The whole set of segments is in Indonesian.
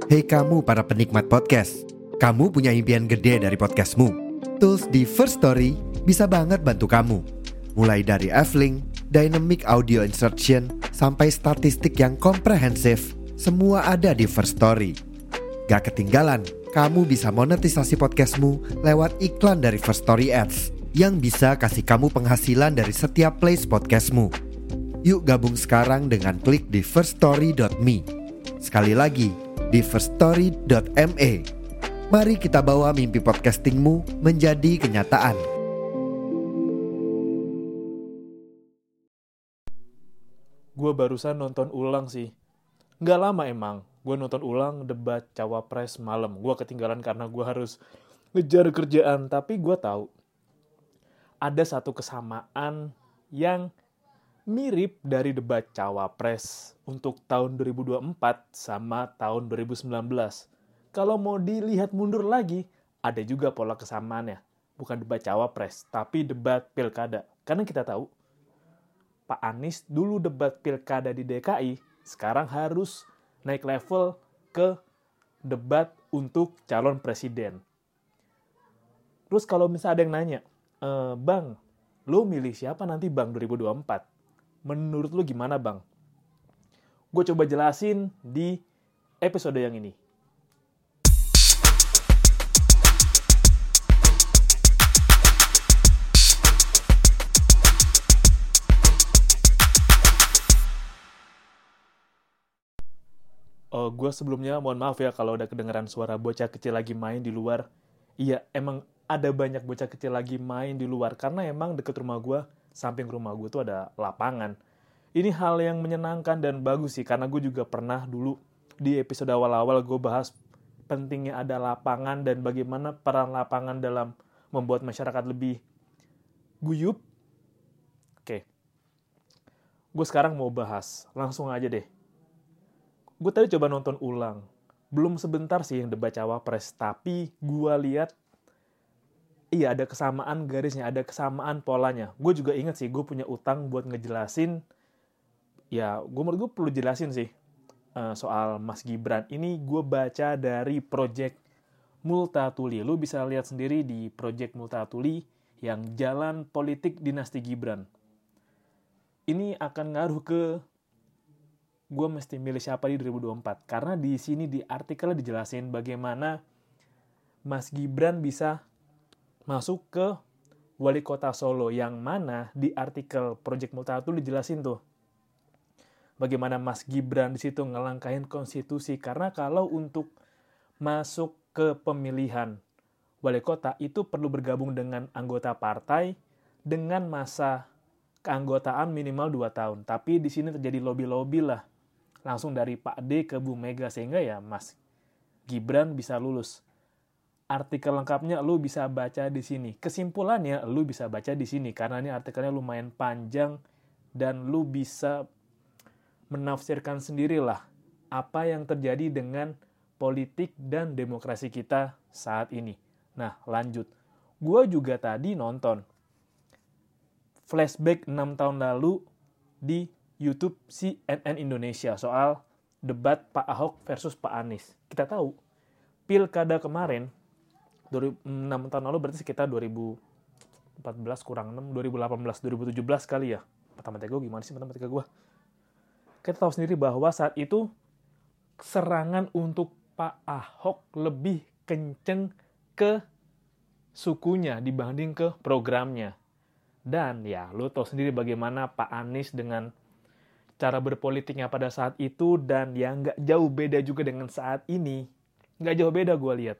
Hei kamu para penikmat podcast, kamu punya impian gede dari podcastmu. Tools di First Story bisa banget bantu kamu. Mulai dari F-Link, Dynamic Audio Insertion, sampai statistik yang komprehensif, semua ada di First Story. Gak ketinggalan, kamu bisa monetisasi podcastmu lewat iklan dari First Story Ads yang bisa kasih kamu penghasilan dari setiap plays podcastmu. Yuk gabung sekarang dengan klik di firststory.me. Sekali lagi, di firststory.me. Mari kita bawa mimpi podcastingmu menjadi kenyataan. Gue barusan nonton ulang sih. Nggak lama emang. Gue nonton ulang debat Cawapres malam. Gue ketinggalan karena gue harus ngejar kerjaan. Tapi gue tahu ada satu kesamaan yang mirip dari debat Cawapres untuk tahun 2024 sama tahun 2019. Kalau mau dilihat mundur lagi, ada juga pola kesamaannya. Bukan debat Cawapres, tapi debat Pilkada. Karena kita tahu, Pak Anies dulu debat Pilkada di DKI, sekarang harus naik level ke debat untuk calon presiden. Terus kalau misalnya ada yang nanya, Bang, lo milih siapa nanti Bang 2024? Menurut lo gimana Bang? Gue coba jelasin di episode yang ini. Gue sebelumnya mohon maaf ya kalau udah kedengeran suara bocah kecil lagi main di luar. Iya, emang ada banyak bocah kecil lagi main di luar karena emang deket rumah gue, samping rumah gue tuh ada lapangan. Ini hal yang menyenangkan dan bagus sih, karena gue juga pernah dulu di episode awal-awal gue bahas pentingnya ada lapangan dan bagaimana peran lapangan dalam membuat masyarakat lebih guyup. Oke, gue sekarang mau bahas, langsung aja deh. Gue tadi coba nonton ulang, belum sebentar sih yang debat Cawapres, tapi gue lihat iya, ada kesamaan garisnya, ada kesamaan polanya. Gue juga ingat sih, gue punya utang buat ngejelasin. Ya, menurut gue perlu jelasin sih soal Mas Gibran. Ini gue baca dari Project Multatuli. Lu bisa lihat sendiri di Project Multatuli yang Jalan Politik Dinasti Gibran. Ini akan ngaruh ke gue mesti milih siapa di 2024. Karena di sini di artikelnya dijelasin bagaimana Mas Gibran bisa masuk ke wali kota Solo, yang mana di artikel Project Multatuli dijelasin tuh bagaimana Mas Gibran di situ ngelangkahin konstitusi, karena kalau untuk masuk ke pemilihan wali kota itu perlu bergabung dengan anggota partai dengan masa keanggotaan minimal 2 tahun. Tapi di sini terjadi lobby-lobby lah langsung dari Pak D ke Bu Mega sehingga ya Mas Gibran bisa lulus. Artikel lengkapnya lu bisa baca di sini. Kesimpulannya lu bisa baca di sini karena ini artikelnya lumayan panjang dan lu bisa menafsirkan sendirilah apa yang terjadi dengan politik dan demokrasi kita saat ini. Nah, lanjut. Gua juga tadi nonton flashback 6 tahun lalu di YouTube CNN Indonesia soal debat Pak Ahok versus Pak Anies. Kita tahu Pilkada kemarin 6 tahun lalu berarti sekitar 2014 kurang 6, 2018, 2017 kali ya. Matematika gue gimana sih matematika gue? Kita tahu sendiri bahwa saat itu serangan untuk Pak Ahok lebih kenceng ke sukunya dibanding ke programnya. Dan ya lu tahu sendiri bagaimana Pak Anies dengan cara berpolitiknya pada saat itu dan ya nggak jauh beda juga dengan saat ini. Nggak jauh beda gue lihat.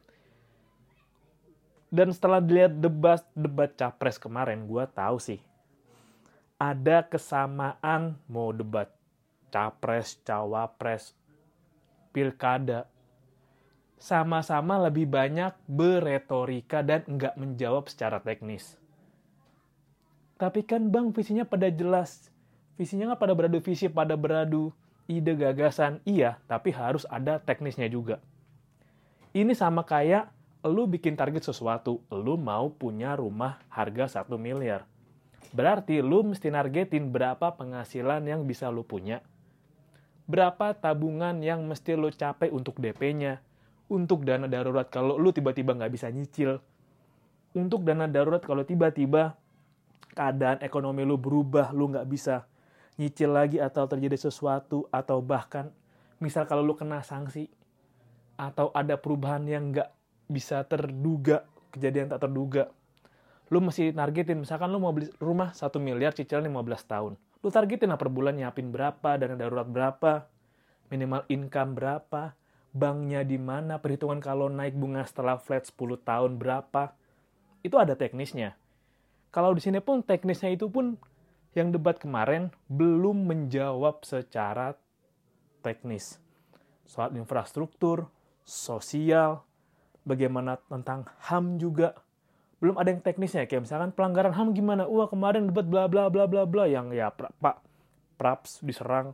Dan setelah dilihat debat Capres kemarin, gue tahu sih ada kesamaan mau debat Capres, Cawapres, Pilkada. Sama-sama lebih banyak beretorika dan nggak menjawab secara teknis. Tapi kan Bang visinya pada jelas. Visinya nggak pada beradu visi, pada beradu ide gagasan. Iya, tapi harus ada teknisnya juga. Ini sama kayak lu bikin target sesuatu, lu mau punya rumah harga 1 miliar. Berarti lu mesti nargetin berapa penghasilan yang bisa lu punya. Berapa tabungan yang mesti lo capai untuk DP-nya, untuk dana darurat kalau lo tiba-tiba nggak bisa nyicil, untuk dana darurat kalau tiba-tiba keadaan ekonomi lo berubah, lo nggak bisa nyicil lagi atau terjadi sesuatu, atau bahkan misal kalau lo kena sanksi, atau ada perubahan yang nggak bisa terduga, kejadian tak terduga, lo mesti targetin, misalkan lo mau beli rumah 1 miliar cicilan 15 tahun. Lo targetin lah per bulan nyiapin berapa, dana darurat berapa, minimal income berapa, banknya di mana, perhitungan kalau naik bunga setelah flat 10 tahun berapa. Itu ada teknisnya. Kalau di sini pun teknisnya itu pun yang debat kemarin belum menjawab secara teknis. Soal infrastruktur, sosial, bagaimana tentang HAM juga. Belum ada yang teknisnya, kayak misalkan pelanggaran HAM gimana? Wah, kemarin debat bla bla bla bla bla yang ya Pak Praps diserang.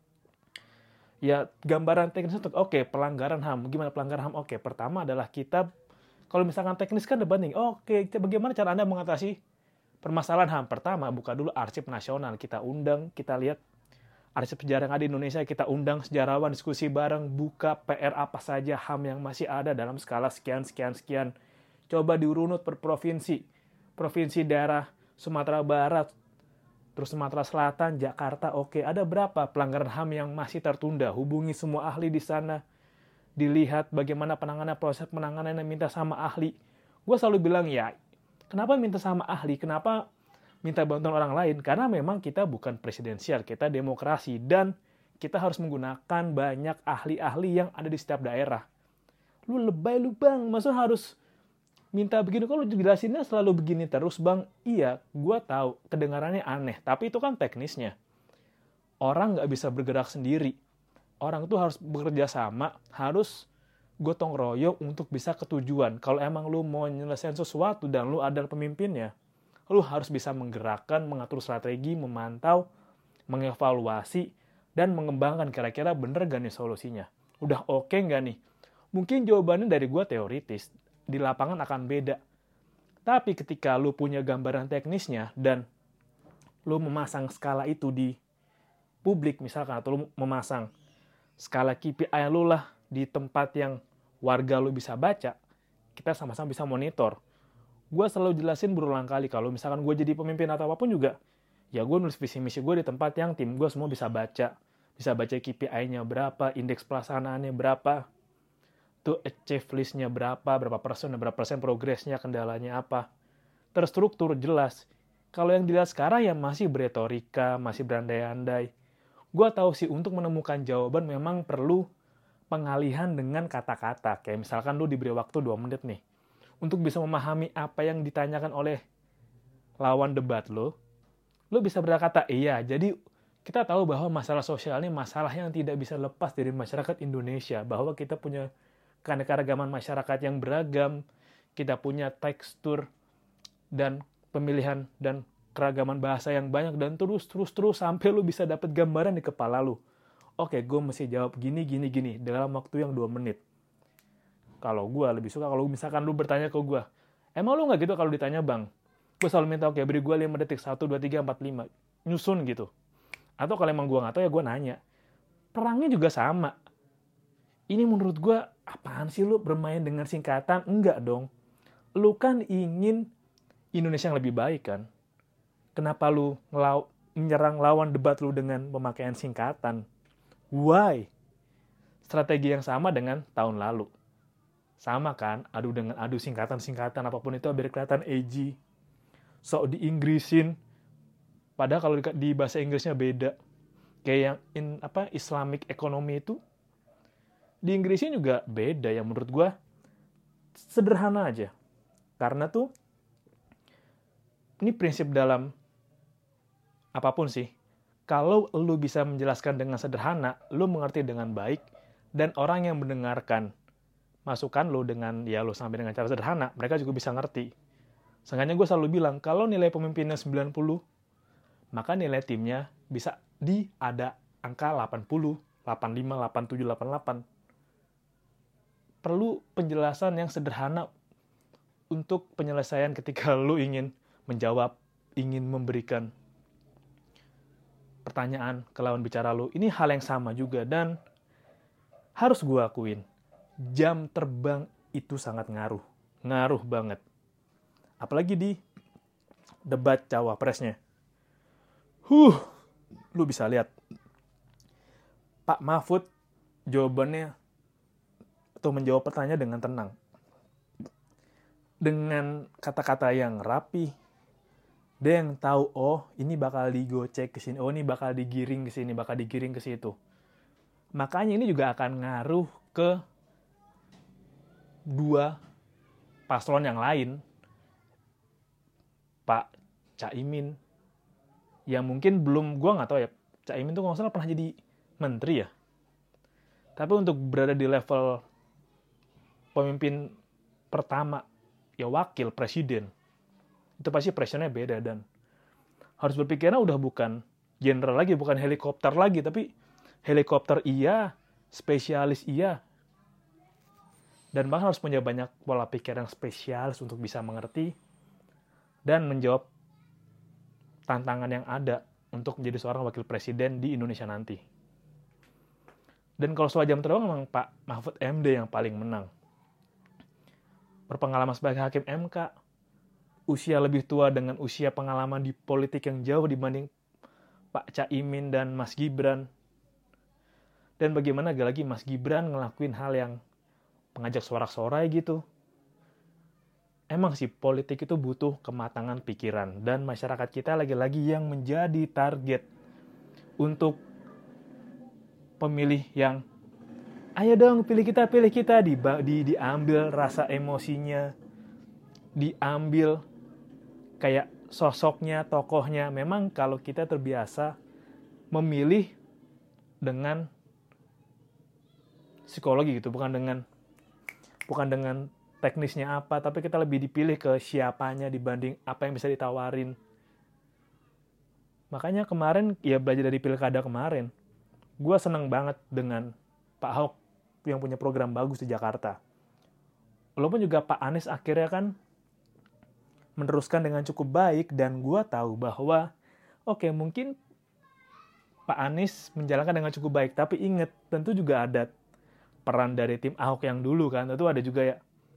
Ya, gambaran teknisnya tuh oke, pelanggaran HAM. Gimana pelanggaran HAM? Oke, pertama adalah kita kalau misalkan teknis kan debat nih. Oke, bagaimana cara Anda mengatasi permasalahan HAM? Pertama, buka dulu arsip nasional. Kita undang, kita lihat arsip sejarah yang ada di Indonesia, kita undang sejarawan, diskusi bareng, buka PR apa saja HAM yang masih ada dalam skala sekian. Coba diurunut per provinsi. Provinsi daerah Sumatera Barat, terus Sumatera Selatan, Jakarta, oke. Ada berapa pelanggaran HAM yang masih tertunda? Hubungi semua ahli di sana. Dilihat bagaimana proses penanganan yang minta sama ahli. Gue selalu bilang ya, kenapa minta sama ahli? Kenapa minta bantuan orang lain? Karena memang kita bukan presidensial, kita demokrasi. Dan kita harus menggunakan banyak ahli-ahli yang ada di setiap daerah. Lu lebay lu bang, maksudnya harus minta begini, kalau jelasinnya selalu begini terus bang. Iya, gue tahu kedengarannya aneh, tapi itu kan teknisnya. Orang nggak bisa bergerak sendiri. Orang tuh harus bekerja sama, harus gotong royong untuk bisa ke tujuan. Kalau emang lu mau nyelesain sesuatu dan lu adalah pemimpinnya, lu harus bisa menggerakkan, mengatur strategi, memantau, mengevaluasi, dan mengembangkan kira-kira bener gak nih solusinya. Udah oke nggak nih? Mungkin jawabannya dari gue teoritis, di lapangan akan beda. Tapi ketika lu punya gambaran teknisnya dan lu memasang skala itu di publik misalkan, atau lu memasang skala KPI lu lah di tempat yang warga lu bisa baca, kita sama-sama bisa monitor. Gue selalu jelasin berulang kali, kalau misalkan gue jadi pemimpin atau apapun juga, ya gue nulis visi misi gue di tempat yang tim gue semua bisa baca KPI-nya berapa, indeks pelaksanaannya berapa, tuh achieve list-nya berapa persen progresnya, kendalanya apa. Terstruktur, jelas. Kalau yang dilihat sekarang ya masih beretorika, masih berandai-andai. Gue tahu sih untuk menemukan jawaban memang perlu pengalihan dengan kata-kata. Kayak misalkan lu diberi waktu 2 menit nih, untuk bisa memahami apa yang ditanyakan oleh lawan debat lu bisa berkata, iya, jadi kita tahu bahwa masalah sosial ini masalah yang tidak bisa lepas dari masyarakat Indonesia, bahwa kita punya keanekaragaman masyarakat yang beragam, kita punya tekstur dan pemilihan dan keragaman bahasa yang banyak, dan terus sampai lu bisa dapat gambaran di kepala lu. Oke, gue mesti jawab gini dalam waktu yang 2 menit. Kalau gue lebih suka kalau misalkan lu bertanya ke gue, emang lu nggak gitu kalau ditanya bang? Gue selalu minta, oke, beri gue 5 detik, 1, 2, 3, 4, 5. Nyusun gitu. Atau kalau emang gue nggak tahu ya gue nanya. Perangnya juga sama. Ini menurut gue, apaan sih lu bermain dengan singkatan? Enggak dong. Lu kan ingin Indonesia yang lebih baik kan? Kenapa lu menyerang lawan debat lu dengan pemakaian singkatan? Why? Strategi yang sama dengan tahun lalu. Sama kan? Adu singkatan-singkatan apapun itu biar kelihatan edgy. So di-Inggrisin. Padahal kalau di bahasa Inggrisnya beda. Kayak yang Islamic economy itu di Inggrisnya juga beda, yang menurut gue sederhana aja. Karena tuh ini prinsip dalam apapun sih. Kalau lu bisa menjelaskan dengan sederhana, lu mengerti dengan baik, dan orang yang mendengarkan masukan lu dengan, ya lu sampai dengan cara sederhana, mereka juga bisa ngerti. Seenggaknya gue selalu bilang, kalau nilai pemimpinnya 90, maka nilai timnya bisa ada angka 80, 85, 87, 88. Perlu penjelasan yang sederhana untuk penyelesaian ketika lu ingin menjawab, ingin memberikan pertanyaan ke lawan bicara lu, ini hal yang sama juga. Dan harus gue akuin, jam terbang itu sangat ngaruh banget. Apalagi di debat cawapresnya. Lu bisa lihat Pak Mahfud jawabannya atau menjawab pertanyaan dengan tenang, dengan kata-kata yang rapi. Dia yang tahu, oh ini bakal digocek ke sini, oh ini bakal digiring ke sini, bakal digiring ke situ. Makanya ini juga akan ngaruh ke dua paslon yang lain, Pak Caimin, yang mungkin belum, gue nggak tahu ya, Caimin tuh nggak salah pernah jadi menteri ya. Tapi untuk berada di level pemimpin pertama, ya wakil presiden, itu pasti pressure-nya beda dan harus berpikirnya udah bukan jenderal lagi, bukan helikopter lagi, tapi helikopter iya, spesialis iya. Dan bahkan harus punya banyak pola pikir yang spesialis untuk bisa mengerti dan menjawab tantangan yang ada untuk menjadi seorang wakil presiden di Indonesia nanti. Dan kalau soal jam terbang memang Pak Mahfud MD yang paling menang. Berpengalaman sebagai hakim MK, usia lebih tua dengan usia pengalaman di politik yang jauh dibanding Pak Caimin dan Mas Gibran. Dan bagaimana lagi Mas Gibran ngelakuin hal yang mengajak sorak-sorai gitu. Emang sih politik itu butuh kematangan pikiran. Dan masyarakat kita lagi-lagi yang menjadi target untuk pemilih yang ayo dong pilih kita, diambil rasa emosinya, diambil kayak sosoknya, tokohnya. Memang kalau kita terbiasa memilih dengan psikologi gitu, bukan dengan teknisnya apa, tapi kita lebih dipilih ke siapanya dibanding apa yang bisa ditawarin. Makanya kemarin, ya belajar dari pilkada kemarin, gue seneng banget dengan Pak Ahok yang punya program bagus di Jakarta. Walaupun juga Pak Anies akhirnya kan meneruskan dengan cukup baik, dan gue tahu bahwa oke, mungkin Pak Anies menjalankan dengan cukup baik, tapi ingat, tentu juga ada peran dari tim Ahok yang dulu kan, tentu ada juga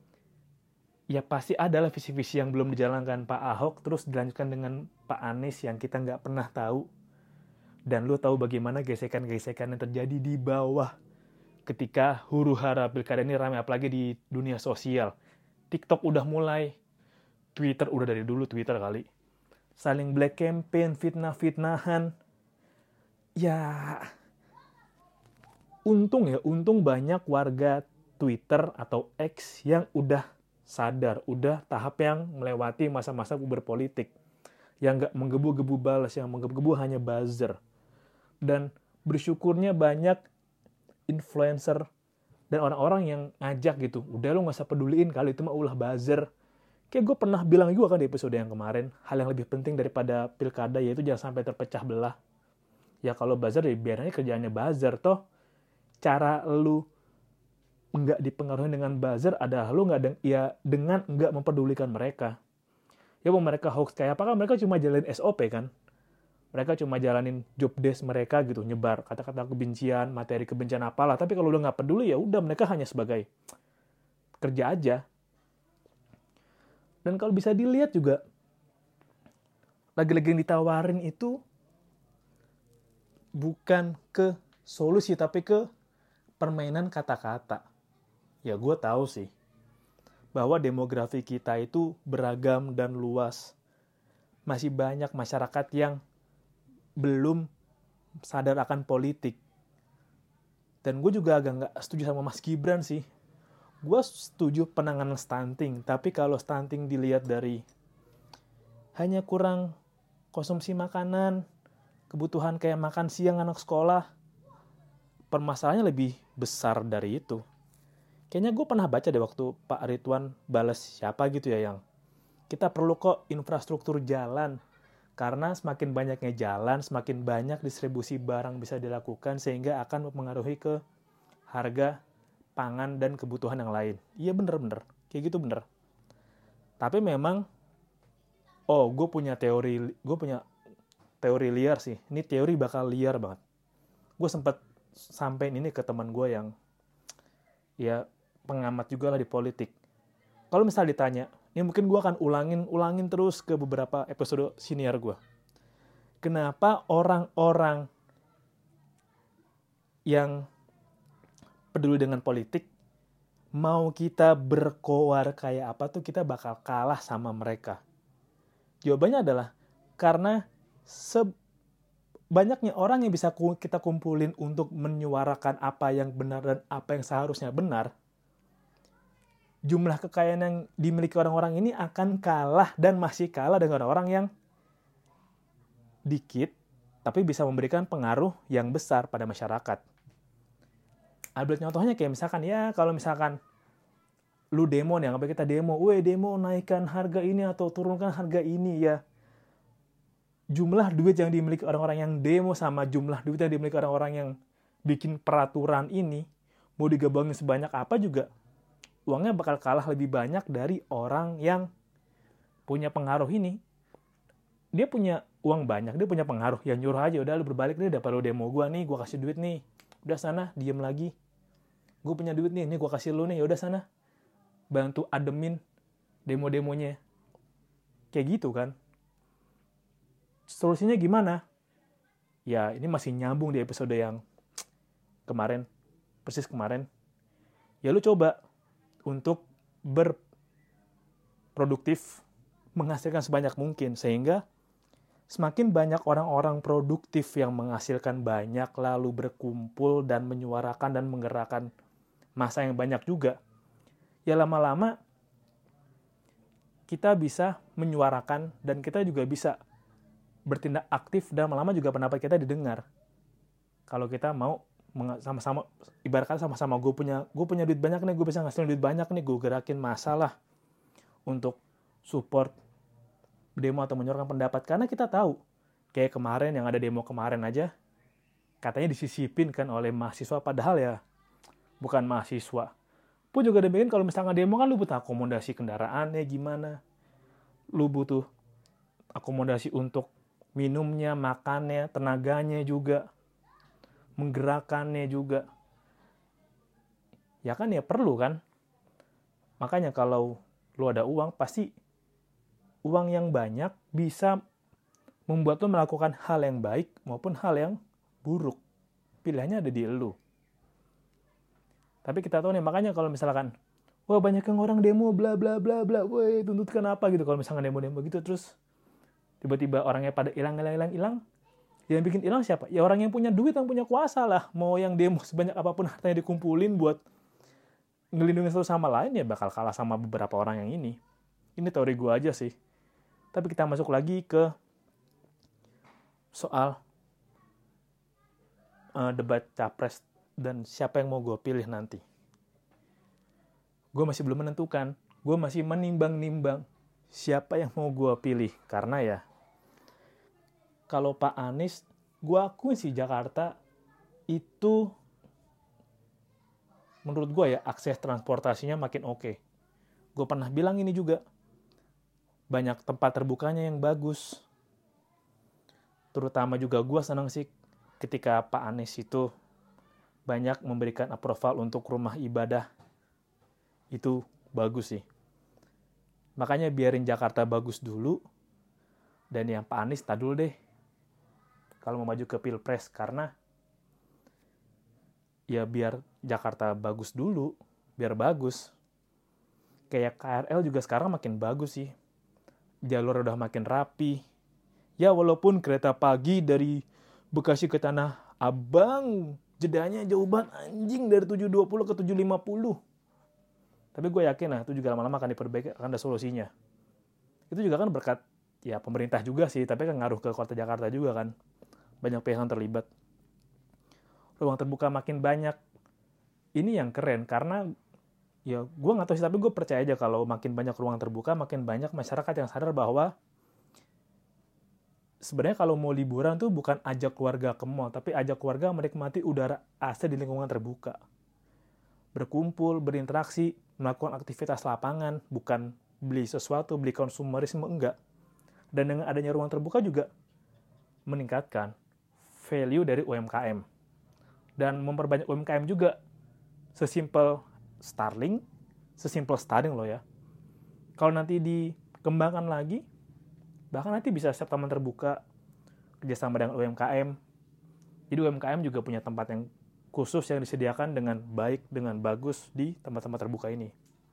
ya pasti adalah visi-visi yang belum dijalankan Pak Ahok, terus dilanjutkan dengan Pak Anies yang kita nggak pernah tahu. Dan lu tahu bagaimana gesekan-gesekan yang terjadi di bawah ketika huru-hara pilkada ini ramai, apalagi di dunia sosial. TikTok udah mulai, Twitter udah dari dulu, Twitter kali. Saling black campaign, fitnah-fitnahan. Ya, untung banyak warga Twitter atau X yang udah sadar, udah tahap yang melewati masa-masa berpolitik. Yang gak menggebu-gebu balas, yang menggebu-gebu hanya buzzer. Dan bersyukurnya banyak influencer dan orang-orang yang ngajak gitu, udah lo gak usah peduliin kali itu mah ulah buzzer. Kayak gue pernah bilang juga kan di episode yang kemarin, hal yang lebih penting daripada pilkada yaitu jangan sampai terpecah belah. Ya kalau buzzer ya biarnya kerjaannya buzzer, toh cara lu nggak dipengaruhi dengan buzzer adalah lu dengan nggak mempedulikan mereka. Ya mau mereka hoax kayak apa kan, mereka cuma jalanin SOP kan. Mereka cuma jalanin job desk mereka gitu, nyebar kata-kata kebencian, materi kebencian apalah. Tapi kalau udah nggak peduli ya udah, mereka hanya sebagai kerja aja. Dan kalau bisa dilihat juga, lagi-lagi yang ditawarin itu bukan ke solusi tapi ke permainan kata-kata. Ya gue tahu sih bahwa demografi kita itu beragam dan luas. Masih banyak masyarakat yang belum sadar akan politik. Dan gue juga agak nggak setuju sama Mas Gibran sih. Gue setuju penanganan stunting, tapi kalau stunting dilihat dari hanya kurang konsumsi makanan, kebutuhan kayak makan siang anak sekolah, permasalahannya lebih besar dari itu. Kayaknya gue pernah baca deh waktu Pak Ridwan balas siapa gitu ya, yang kita perlu kok infrastruktur jalan. Karena semakin banyaknya jalan, semakin banyak distribusi barang bisa dilakukan sehingga akan mempengaruhi ke harga pangan dan kebutuhan yang lain. Iya bener. Kayak gitu bener. Tapi memang, gue punya teori, gue punya teori liar sih. Ini teori bakal liar banget. Gue sempat sampein ini ke teman gue yang ya pengamat juga lah di politik. Kalau misal ditanya, ini mungkin gue akan ulangin terus ke beberapa episode senior gue. Kenapa orang-orang yang peduli dengan politik, mau kita berkoar kayak apa tuh kita bakal kalah sama mereka? Jawabannya adalah karena banyaknya orang yang bisa kita kumpulin untuk menyuarakan apa yang benar dan apa yang seharusnya benar, jumlah kekayaan yang dimiliki orang-orang ini akan kalah dan masih kalah dengan orang yang dikit, tapi bisa memberikan pengaruh yang besar pada masyarakat. Ambil contohnya kayak misalkan, ya kalau misalkan lu demo nih, anggap kita demo, demo naikkan harga ini atau turunkan harga ini, ya jumlah duit yang dimiliki orang-orang yang demo sama jumlah duit yang dimiliki orang-orang yang bikin peraturan ini, mau digabungin sebanyak apa juga, uangnya bakal kalah lebih banyak dari orang yang punya pengaruh ini. Dia punya uang banyak, dia punya pengaruh, ya nyuruh aja, udah lu berbalik deh, daripada lu demo gua nih, gua kasih duit nih, udah sana, diem lagi. Gue punya duit nih gua kasih lu nih, ya udah sana, bantu ademin demo-demonya. Kayak gitu kan. Solusinya gimana? Ya ini masih nyambung di episode yang persis kemarin. Ya lu coba untuk berproduktif, menghasilkan sebanyak mungkin, sehingga semakin banyak orang-orang produktif yang menghasilkan banyak, lalu berkumpul dan menyuarakan dan menggerakkan massa yang banyak juga, ya lama-lama kita bisa menyuarakan dan kita juga bisa bertindak aktif dan lama-lama juga pendapat kita didengar. Kalau kita mau sama-sama, ibaratkan sama-sama, gue punya duit banyak nih, gue bisa ngasilin duit banyak nih, gue gerakin massa lah untuk support demo atau menyuarakan pendapat. Karena kita tahu, kayak kemarin yang ada demo kemarin aja, katanya disisipin kan oleh mahasiswa, padahal ya bukan mahasiswa. Pun juga demikian, kalau misalnya demo kan lu butuh akomodasi kendaraannya gimana, lu butuh akomodasi untuk minumnya, makannya, tenaganya juga, menggerakkannya juga. Ya kan, ya perlu kan. Makanya kalau lu ada uang, pasti uang yang banyak bisa membuat lu melakukan hal yang baik maupun hal yang buruk. Pilihannya ada di lu. Tapi kita tahu nih, makanya kalau misalkan, wah banyak yang orang demo bla bla bla bla, woi tuntutkan apa gitu, kalau misalkan demo-demo gitu, terus tiba-tiba orangnya pada hilang, yang bikin hilang siapa? Ya orang yang punya duit, yang punya kuasa lah. Mau yang demo sebanyak apapun hartanya dikumpulin buat ngelindungin satu sama lain, ya bakal kalah sama beberapa orang yang ini. Ini teori gue aja sih. Tapi kita masuk lagi ke soal debat capres dan siapa yang mau gue pilih nanti. Gue masih belum menentukan. Gue masih menimbang-nimbang siapa yang mau gue pilih. Karena ya, kalau Pak Anies, gue akuin sih Jakarta itu, menurut gue ya, akses transportasinya makin oke. Gue pernah bilang ini juga, banyak tempat terbukanya yang bagus. Terutama juga gue senang sih ketika Pak Anies itu banyak memberikan approval untuk rumah ibadah. Itu bagus sih. Makanya biarin Jakarta bagus dulu, dan yang Pak Anies tak dulu deh kalau mau maju ke Pilpres, karena ya biar Jakarta bagus dulu, biar bagus. Kayak KRL juga sekarang makin bagus sih. Jalur udah makin rapi. Ya walaupun kereta pagi dari Bekasi ke Tanah Abang jedanya jauh banget anjing, dari 7.20 ke 7.50. Tapi gue yakin lah itu juga lama-lama akan diperbaiki, akan ada solusinya. Itu juga kan berkat ya pemerintah juga sih, tapi kan ngaruh ke kota Jakarta juga kan. Banyak pihak yang terlibat. Ruang terbuka makin banyak. Ini yang keren, karena ya gue nggak tahu sih, tapi gue percaya aja kalau makin banyak ruang terbuka, makin banyak masyarakat yang sadar bahwa sebenarnya kalau mau liburan tuh bukan ajak keluarga ke mall, tapi ajak keluarga menikmati udara AC di lingkungan terbuka. Berkumpul, berinteraksi, melakukan aktivitas lapangan, bukan beli sesuatu, beli konsumerisme, enggak. Dan dengan adanya ruang terbuka juga, meningkatkan value dari UMKM dan memperbanyak UMKM juga. Sesimpel Starlink, sesimpel Starlink loh ya. Kalau nanti dikembangkan lagi, bahkan nanti bisa setiap taman terbuka kerjasama dengan UMKM. Jadi UMKM juga punya tempat yang khusus yang disediakan dengan baik, dengan bagus di tempat-tempat terbuka ini.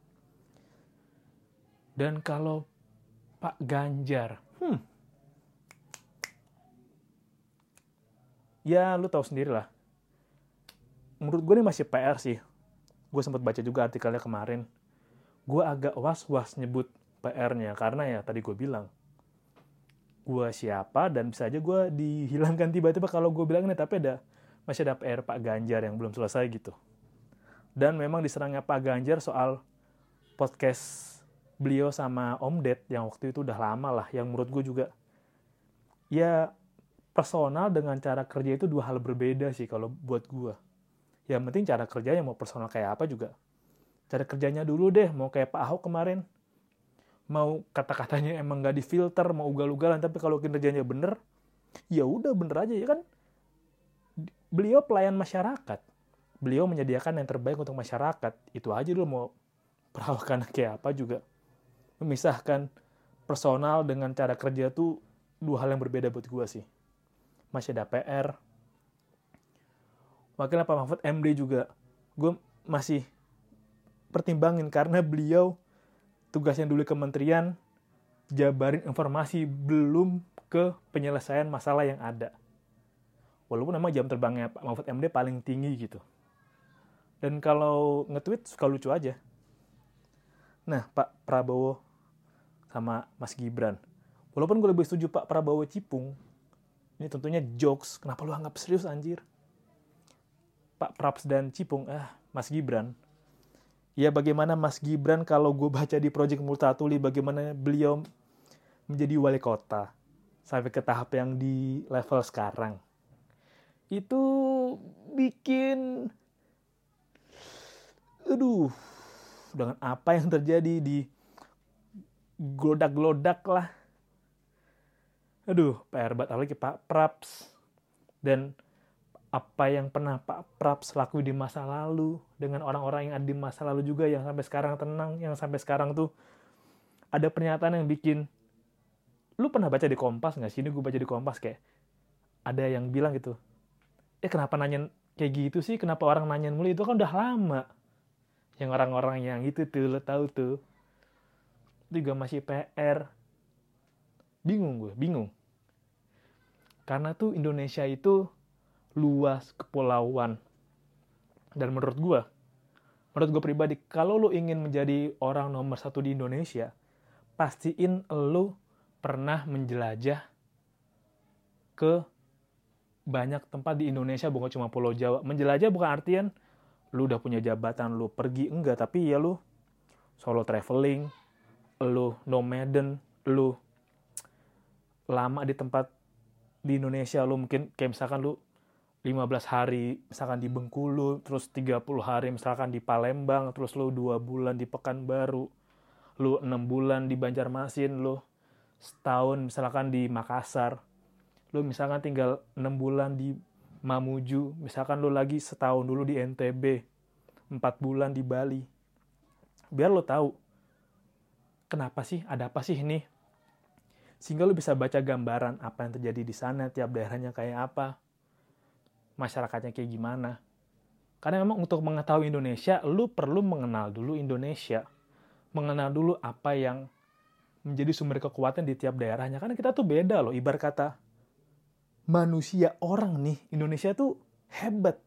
Dan kalau Pak Ganjar, ya lu tahu sendiri lah. Menurut gue ini masih PR sih. Gue sempat baca juga artikelnya kemarin. Gue agak was-was nyebut PR-nya karena ya tadi gue bilang, gue siapa dan bisa aja gue dihilangkan tiba-tiba kalau gue bilang ini, tapi masih ada PR Pak Ganjar yang belum selesai gitu. Dan memang diserangnya Pak Ganjar soal podcast beliau sama Om Ded yang waktu itu udah lama lah, yang menurut gue juga ya personal dengan cara kerja itu dua hal berbeda sih kalau buat gue. Yang penting cara kerjanya mau personal kayak apa juga. Cara kerjanya dulu deh, mau kayak Pak Ahok kemarin. Mau kata-katanya emang gak difilter, mau ugal-ugalan, tapi kalau kinerjanya bener, ya udah bener aja ya kan. Beliau pelayan masyarakat. Beliau menyediakan yang terbaik untuk masyarakat. Itu aja dulu, mau perawakan kayak apa juga. Memisahkan personal dengan cara kerja tuh dua hal yang berbeda buat gue sih. Masih ada PR. Wakilnya Pak Mahfud MD juga gue masih pertimbangin karena beliau tugasnya dulu kementerian jabarin informasi belum ke penyelesaian masalah yang ada. Walaupun memang jam terbangnya Pak Mahfud MD paling tinggi gitu. Dan kalau nge-tweet suka lucu aja. Nah, Pak Prabowo sama Mas Gibran. Walaupun gue lebih setuju Pak Prabowo Cipung, ini tentunya jokes. Kenapa lu anggap serius anjir? Pak Praps dan Cipung, Mas Gibran. Ya bagaimana Mas Gibran kalau gue baca di Project Multatuli, bagaimana beliau menjadi wali kota. Sampai ke tahap yang di level sekarang. Itu bikin... dengan apa yang terjadi di glodak-glodak lah. PR banget apalagi Pak Praps. Dan apa yang pernah Pak Praps lakuin di masa lalu dengan orang-orang yang ada di masa lalu juga yang sampai sekarang tenang, yang sampai sekarang tuh ada pernyataan yang bikin, lu pernah baca di Kompas nggak sih? Ini gue baca di Kompas kayak ada yang bilang gitu, kenapa nanyain kayak gitu sih? Kenapa orang nanyain mulu? Itu kan udah lama. Yang orang-orang yang itu tuh, lo tahu tuh. Itu juga masih PR. Bingung. Karena tuh Indonesia itu luas kepulauan. Dan menurut gue pribadi, kalau lo ingin menjadi orang nomor 1 di Indonesia, pastiin lo pernah menjelajah ke banyak tempat di Indonesia, bukan cuma Pulau Jawa. Menjelajah bukan artian lo udah punya jabatan, lo pergi, enggak. Tapi ya lo solo traveling, lo nomaden, lo lama di tempat di Indonesia. Lo mungkin kayak misalkan lo 15 hari misalkan di Bengkulu, terus 30 hari misalkan di Palembang, terus lo 2 bulan di Pekanbaru, lo 6 bulan di Banjarmasin, lo setahun misalkan di Makassar, lo misalkan tinggal 6 bulan di Mamuju, misalkan lo lagi setahun dulu di NTB, 4 bulan di Bali. Biar lo tahu kenapa sih, ada apa sih ini, sehingga lo bisa baca gambaran apa yang terjadi di sana, tiap daerahnya kayak apa, masyarakatnya kayak gimana. Karena memang untuk mengetahui Indonesia, lu perlu mengenal dulu Indonesia. Mengenal dulu apa yang menjadi sumber kekuatan di tiap daerahnya. Karena kita tuh beda loh. Ibarat kata manusia, orang nih, Indonesia tuh hebat.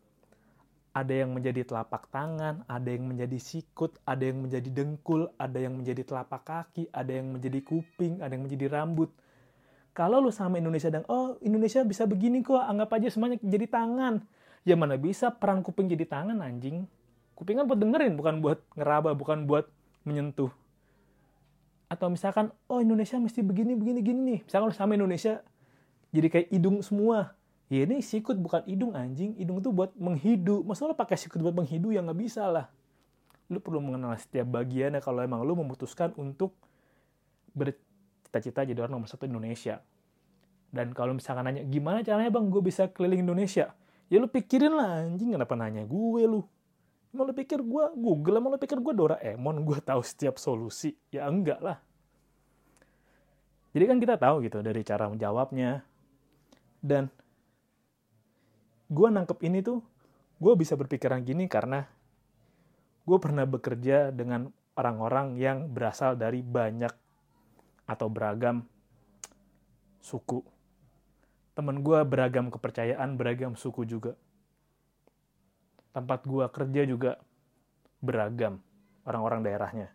Ada yang menjadi telapak tangan, ada yang menjadi sikut, ada yang menjadi dengkul, ada yang menjadi telapak kaki, ada yang menjadi kuping, ada yang menjadi rambut. Kalau lu sama Indonesia dan Indonesia bisa begini kok, anggap aja semuanya jadi tangan. Ya mana bisa peran kuping jadi tangan anjing. Kuping kan buat dengerin, bukan buat ngeraba, bukan buat menyentuh. Atau misalkan, Indonesia mesti begini nih. Misalkan lu sama Indonesia jadi kayak hidung semua. Ya ini sikut bukan hidung anjing. Hidung itu buat menghidu. Masa lu pakai sikut buat menghidu? Ya nggak bisa lah. Lu perlu mengenal setiap bagiannya kalau emang lu memutuskan untuk cita-cita jadi orang nomor 1 Indonesia. Dan kalau misalkan nanya, gimana caranya bang gue bisa keliling Indonesia? Ya lu pikirin lah anjing, kenapa nanya gue lu? Emang lu pikir gue Google? Emang lu pikir gue Doraemon? Gue tahu setiap solusi? Ya enggak lah. Jadi kan kita tahu gitu dari cara menjawabnya. Dan gue nangkep ini tuh, gue bisa berpikiran gini karena gue pernah bekerja dengan orang-orang yang berasal dari banyak atau beragam suku. Temen gue beragam kepercayaan, beragam suku juga. Tempat gue kerja juga beragam orang-orang daerahnya.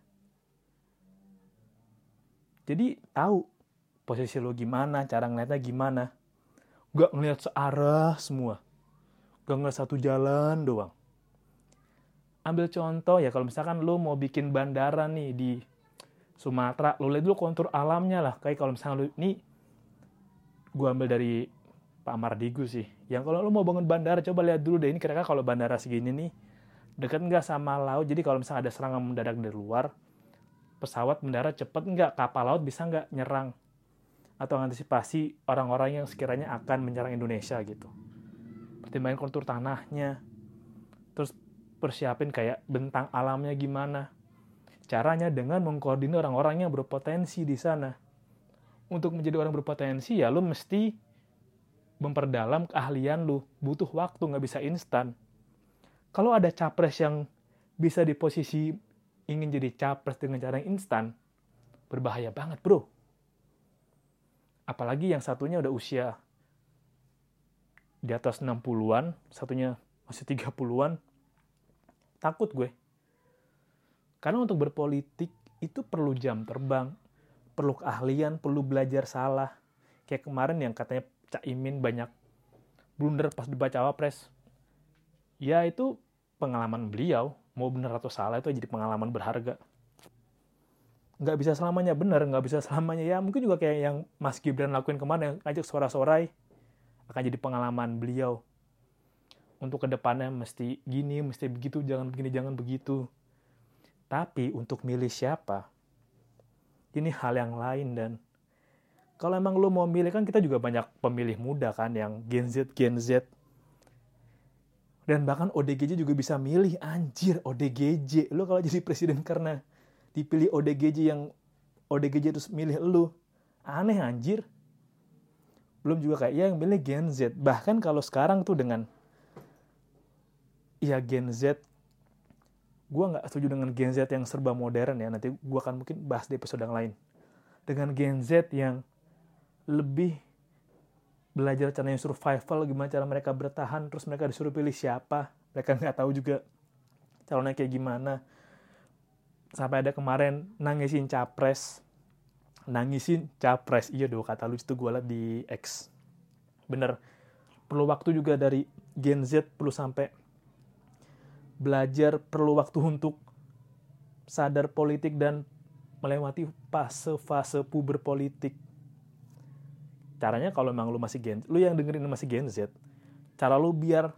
Jadi tahu posisi lo gimana, cara ngeliatnya gimana. Gak ngeliat searah semua. Gak ngeliat satu jalan doang. Ambil contoh ya, kalau misalkan lo mau bikin bandara nih di Sumatera, lo lihat dulu kontur alamnya lah. Kayak kalau misalkan lo, ini gue ambil dari Pak Mardigu sih. Yang kalau lo mau bangun bandara, coba lihat dulu deh ini kira-kira kalau bandara segini nih, dekat nggak sama laut. Jadi kalau misalnya ada serangan mendadak dari luar, pesawat mendarat cepet nggak, kapal laut bisa nggak nyerang. Atau antisipasi orang-orang yang sekiranya akan menyerang Indonesia gitu. Pertimbangan kontur tanahnya. Terus persiapin kayak bentang alamnya gimana. Caranya dengan mengkoordinir orang-orang yang berpotensi di sana. Untuk menjadi orang berpotensi ya lo mesti memperdalam keahlian lu. Butuh waktu, nggak bisa instan. Kalau ada capres yang bisa di posisi ingin jadi capres dengan cara yang instan, berbahaya banget bro. Apalagi yang satunya udah usia di atas 60-an, satunya masih 30-an. Takut gue. Karena untuk berpolitik itu perlu jam terbang, perlu keahlian, perlu belajar salah. Kayak kemarin yang katanya Cak Imin banyak blunder pas debat cawapres. Ya itu pengalaman beliau. Mau benar atau salah itu jadi pengalaman berharga. Nggak bisa selamanya benar, nggak bisa selamanya ya. Mungkin juga kayak yang Mas Gibran lakuin kemarin, yang ajak sorak-sorai. Akan jadi pengalaman beliau. Untuk kedepannya mesti gini, mesti begitu, jangan begini, jangan begitu. Tapi untuk milih siapa, ini hal yang lain. Dan kalau emang lo mau milih, kan kita juga banyak pemilih muda kan, yang Gen Z. Dan bahkan ODGJ juga bisa milih, anjir ODGJ. Lo kalau jadi presiden karena dipilih ODGJ yang ODGJ terus milih lo, aneh anjir. Belum juga kayak yang milih Gen Z. Bahkan kalau sekarang tuh dengan ya Gen Z, gue gak setuju dengan Gen Z yang serba modern ya. Nanti gue akan mungkin bahas di episode yang lain. Dengan Gen Z yang lebih belajar caranya survival, gimana cara mereka bertahan, terus mereka disuruh pilih siapa, mereka nggak tahu juga calonnya kayak gimana. Sampai ada kemarin nangisin capres, iya dua kata lucu itu gue liat di X. Bener, perlu waktu juga dari Gen Z, perlu sampai belajar, perlu waktu untuk sadar politik dan melewati fase-fase puber politik. Caranya kalau memang lu masih lu yang dengerin masih Gen Z, cara lu biar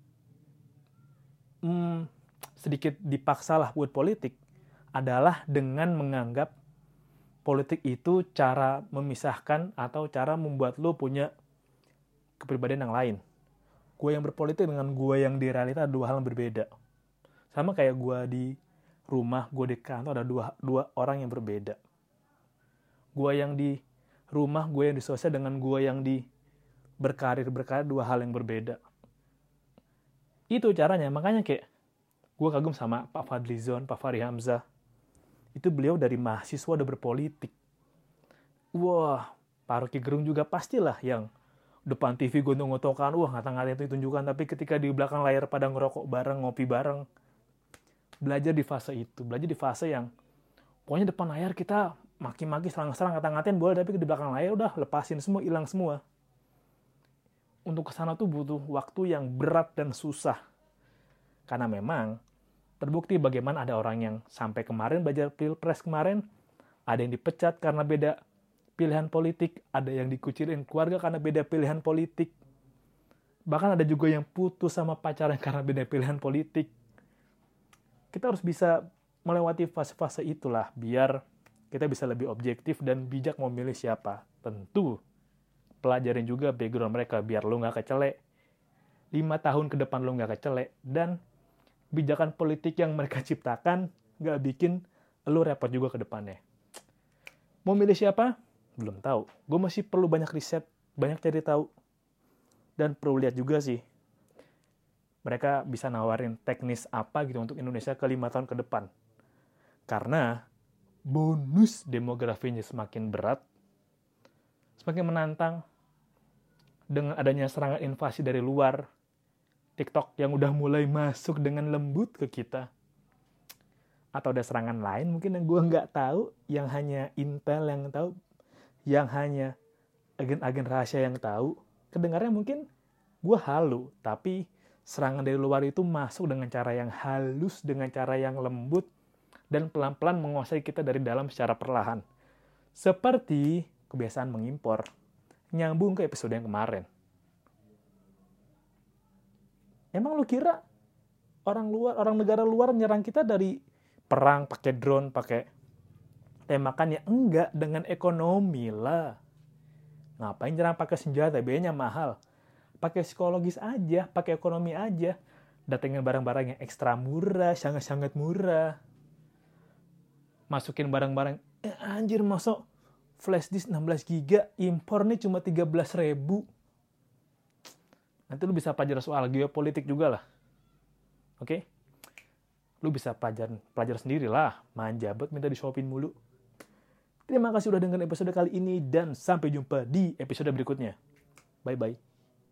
sedikit dipaksa lah buat politik adalah dengan menganggap politik itu cara memisahkan atau cara membuat lu punya kepribadian yang lain. Gue yang berpolitik dengan gue yang di realita dua hal yang berbeda. Sama kayak gue di rumah, gue di kantor, ada dua orang yang berbeda. Gue yang di rumah, gue yang di sosial dengan gue yang di berkarir dua hal yang berbeda. Itu caranya. Makanya kayak gue kagum sama Pak Fadlizon, Pak Fahri Hamzah. Itu beliau dari mahasiswa udah berpolitik. Wah, Pak Rocky Gerung juga pastilah yang depan TV gontok-gontokan, wah ngata-ngatain itu tunjukkan, tapi ketika di belakang layar pada ngerokok bareng, ngopi bareng. Belajar di fase itu, belajar di fase yang pokoknya depan layar kita maki-maki, serang-serang, ngata-ngatain boleh, tapi di belakang layar udah lepasin semua, hilang semua. Untuk kesana tuh butuh waktu yang berat dan susah. Karena memang terbukti bagaimana ada orang yang sampai kemarin belajar pilpres kemarin, ada yang dipecat karena beda pilihan politik, ada yang dikucilin keluarga karena beda pilihan politik. Bahkan ada juga yang putus sama pacarnya karena beda pilihan politik. Kita harus bisa melewati fase-fase itulah biar kita bisa lebih objektif dan bijak memilih siapa. Tentu pelajarin juga background mereka biar lu nggak kecelek. 5 tahun ke depan lu nggak kecelek, dan kebijakan politik yang mereka ciptakan nggak bikin lu repot juga ke depannya. Mau milih siapa? Belum tahu. Gue masih perlu banyak riset, banyak cari tahu. Dan perlu lihat juga sih, mereka bisa nawarin teknis apa gitu untuk Indonesia ke 5 tahun ke depan. Karena bonus demografinya semakin berat, semakin menantang, dengan adanya serangan invasi dari luar, TikTok yang udah mulai masuk dengan lembut ke kita. Atau ada serangan lain mungkin yang gue nggak tahu, yang hanya Intel yang tahu, yang hanya agen-agen rahasia yang tahu. Kedengarannya mungkin gue halu, tapi serangan dari luar itu masuk dengan cara yang halus, dengan cara yang lembut, dan pelan-pelan menguasai kita dari dalam secara perlahan. Seperti kebiasaan mengimpor. Nyambung ke episode yang kemarin. Emang lu kira orang negara luar nyerang kita dari perang, pakai drone, pakai tembakan? Ya enggak, dengan ekonomi lah. Ngapain nyerang pakai senjata, biayanya mahal. Pakai psikologis aja, pakai ekonomi aja. Datengin barang-barang yang ekstra murah, sangat-sangat murah. Masukin barang-barang, anjir masuk flash disk 16 GB, impornya cuma 13.000. Nanti lu bisa pelajar soal geopolitik juga lah. Oke? Lu bisa pelajar sendiri lah. Manja banget minta disuapin mulu. Terima kasih udah dengerin episode kali ini, dan sampai jumpa di episode berikutnya. Bye-bye.